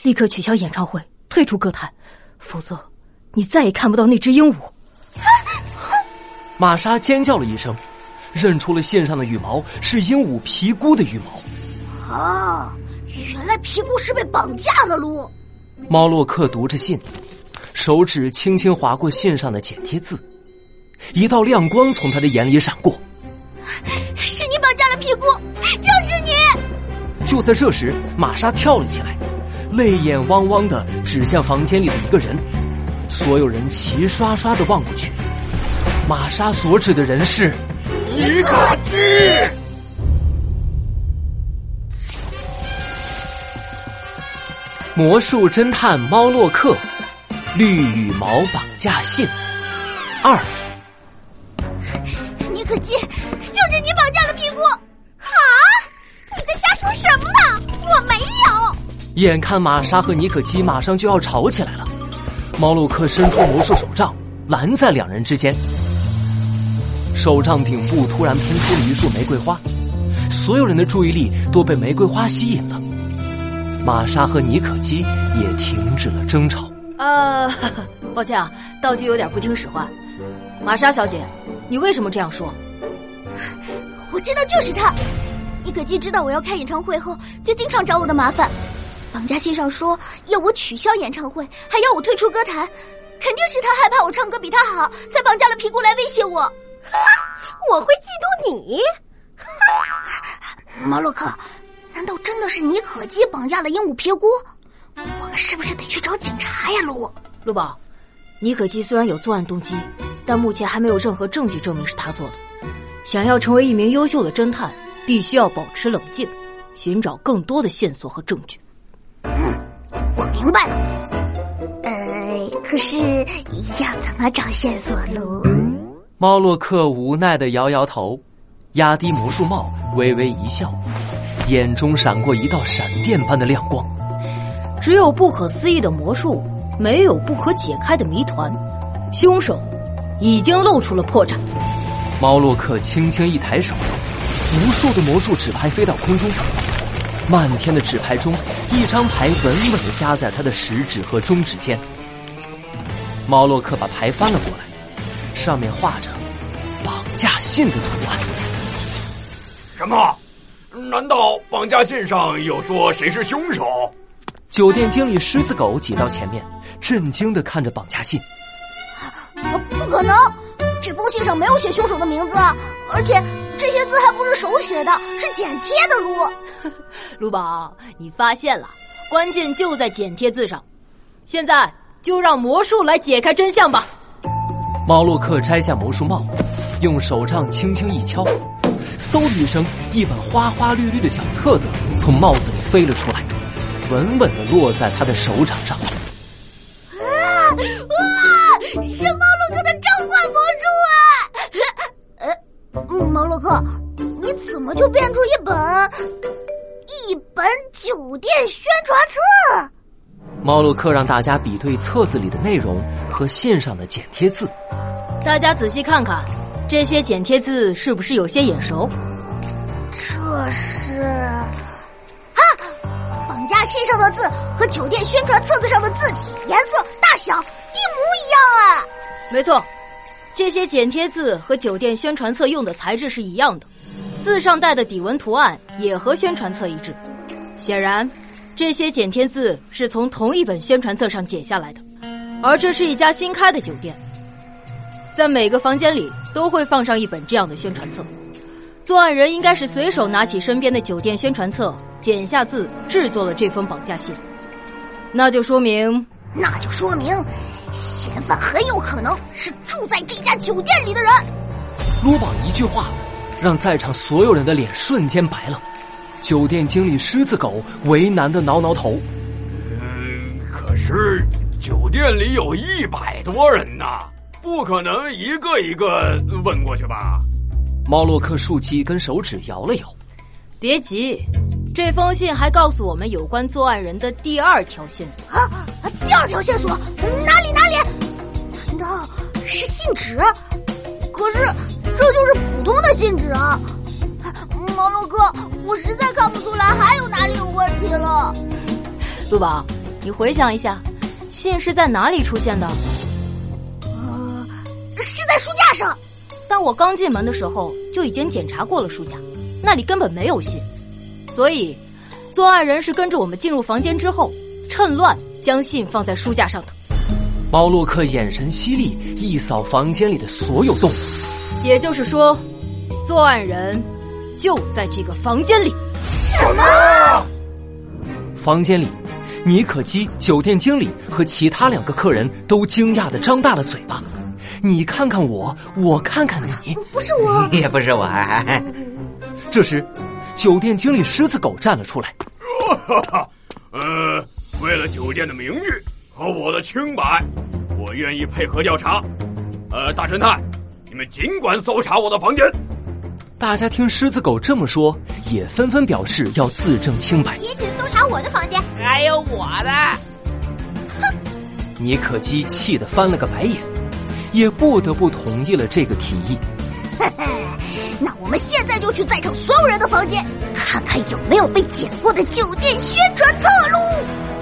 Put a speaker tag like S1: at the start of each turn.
S1: 立刻取消演唱会，退出歌坛，否则你再也看不到那只鹦鹉。
S2: 玛莎尖叫了一声，认出了线上的羽毛是鹦鹉皮姑的羽毛。
S3: 啊，原来皮姑是被绑架了噜。
S2: 猫洛克读着信，手指轻轻划过信上的剪贴字，一道亮光从他的眼里闪过。
S3: 是你绑架了皮姑，就是你！
S2: 就在这时，玛莎跳了起来，泪眼汪汪地指向房间里的一个人。所有人齐刷刷地望过去，玛莎所指的人是
S4: 尼可基。
S2: 魔术侦探猫洛克，绿羽毛绑架信2。
S3: 尼可基，就是你绑架了皮姑！啊！你在瞎说什么呢？我没有！
S2: 眼看玛莎和尼可基马上就要吵起来了，猫洛克伸出魔术手杖，拦在两人之间。手杖顶部突然喷出了一束玫瑰花，所有人的注意力都被玫瑰花吸引了。玛莎和尼可基也停止了争吵。
S1: 抱歉啊，道具有点不听使唤。玛莎小姐，你为什么这样说？
S3: 我知道就是他。尼可基知道我要开演唱会后，就经常找我的麻烦。绑架信上说要我取消演唱会，还要我退出歌坛，肯定是他害怕我唱歌比他好，才绑架了皮姑来威胁我。
S5: 我会嫉妒你？
S3: 猫洛克，难道真的是尼可基绑架了鹦鹉皮姑？我们是不是得去找警察呀，
S1: 陆宝，尼可基虽然有作案动机，但目前还没有任何证据证明是他做的。想要成为一名优秀的侦探，必须要保持冷静，寻找更多的线索和证据。
S3: 我明白了。可是要怎么找线索喽？
S2: 猫洛克无奈地摇摇头，压低魔术帽，微微一笑，眼中闪过一道闪电般的亮光。
S1: 只有不可思议的魔术，没有不可解开的谜团。凶手已经露出了破绽。
S2: 猫洛克轻轻一抬手，无数的魔术纸牌飞到空中，漫天的纸牌中，一张牌稳稳地夹在他的食指和中指间。猫洛克把牌翻了过来，上面画着绑架信的图案。
S4: 什么？难道绑架信上有说谁是凶手？
S2: 酒店经理狮子狗挤到前面，震惊地看着绑架信。
S3: 不可能，这封信上没有写凶手的名字，而且这些字还不是手写的，是剪贴的。
S1: 卢宝，你发现了，关键就在剪贴字上。现在就让魔术来解开真相吧。
S2: 猫洛克摘下魔术帽，用手杖轻轻一敲，嗖的一声，一本花花绿绿的小册子从帽子里飞了出来，稳稳地落在他的手掌上。
S3: 是猫洛克的召唤魔术啊！猫洛克，你怎么就变出一本酒店宣传册？
S2: 猫洛克让大家比对册子里的内容和信上的剪贴字。
S1: 大家仔细看看，这些剪贴字是不是有些眼熟？
S3: 这是绑架信上的字和酒店宣传册子上的字体、颜色、大小一模一样啊！
S1: 没错，这些剪贴字和酒店宣传册用的材质是一样的，字上带的底纹图案也和宣传册一致。显然，这些剪贴字是从同一本宣传册上剪下来的，而这是一家新开的酒店，在每个房间里都会放上一本这样的宣传册。作案人应该是随手拿起身边的酒店宣传册，剪下字制作了这封绑架信。那就说明
S3: 嫌犯很有可能是住在这家酒店里的人。
S2: 卢宝一句话让在场所有人的脸瞬间白了。酒店经理狮子狗为难地挠挠头。
S4: 可是酒店里有100多人呐，不可能一个一个问过去吧？
S2: 猫洛克竖起一根手指摇了摇。
S1: 别急，这封信还告诉我们有关作案人的第2条线索。
S3: 第2条线索哪里？难道是信纸？可是这就是普通的信纸啊！猫洛克，我实在看不出来还有哪里有问题了。
S1: 陆宝， 你回想一下，信是在哪里出现的？
S3: 是在书架上。
S1: 但我刚进门的时候就已经检查过了书架，那里根本没有信。所以，作案人是跟着我们进入房间之后，趁乱将信放在书架上的。
S2: 猫洛克眼神犀利，一扫房间里的所有动物。
S1: 也就是说，作案人就在这个房间里。
S3: 什么？
S2: 房间里，尼可基、酒店经理和其他2个客人都惊讶地张大了嘴巴。你看看我，我看看你。
S3: 不是我，
S6: 也不是我。
S2: 这时，酒店经理狮子狗站了出来。
S4: 为了酒店的名誉和我的清白，我愿意配合调查。大侦探，你们尽管搜查我的房间。
S2: 大家听狮子狗这么说，也纷纷表示要自证清白。
S3: 也请搜查我的房间。
S6: 还有我的。
S3: 哼！
S2: 尼可基气得翻了个白眼，也不得不同意了这个提议。
S3: 那我们现在就去在场所有人的房间，看看有没有被剪过的酒店宣传侧录。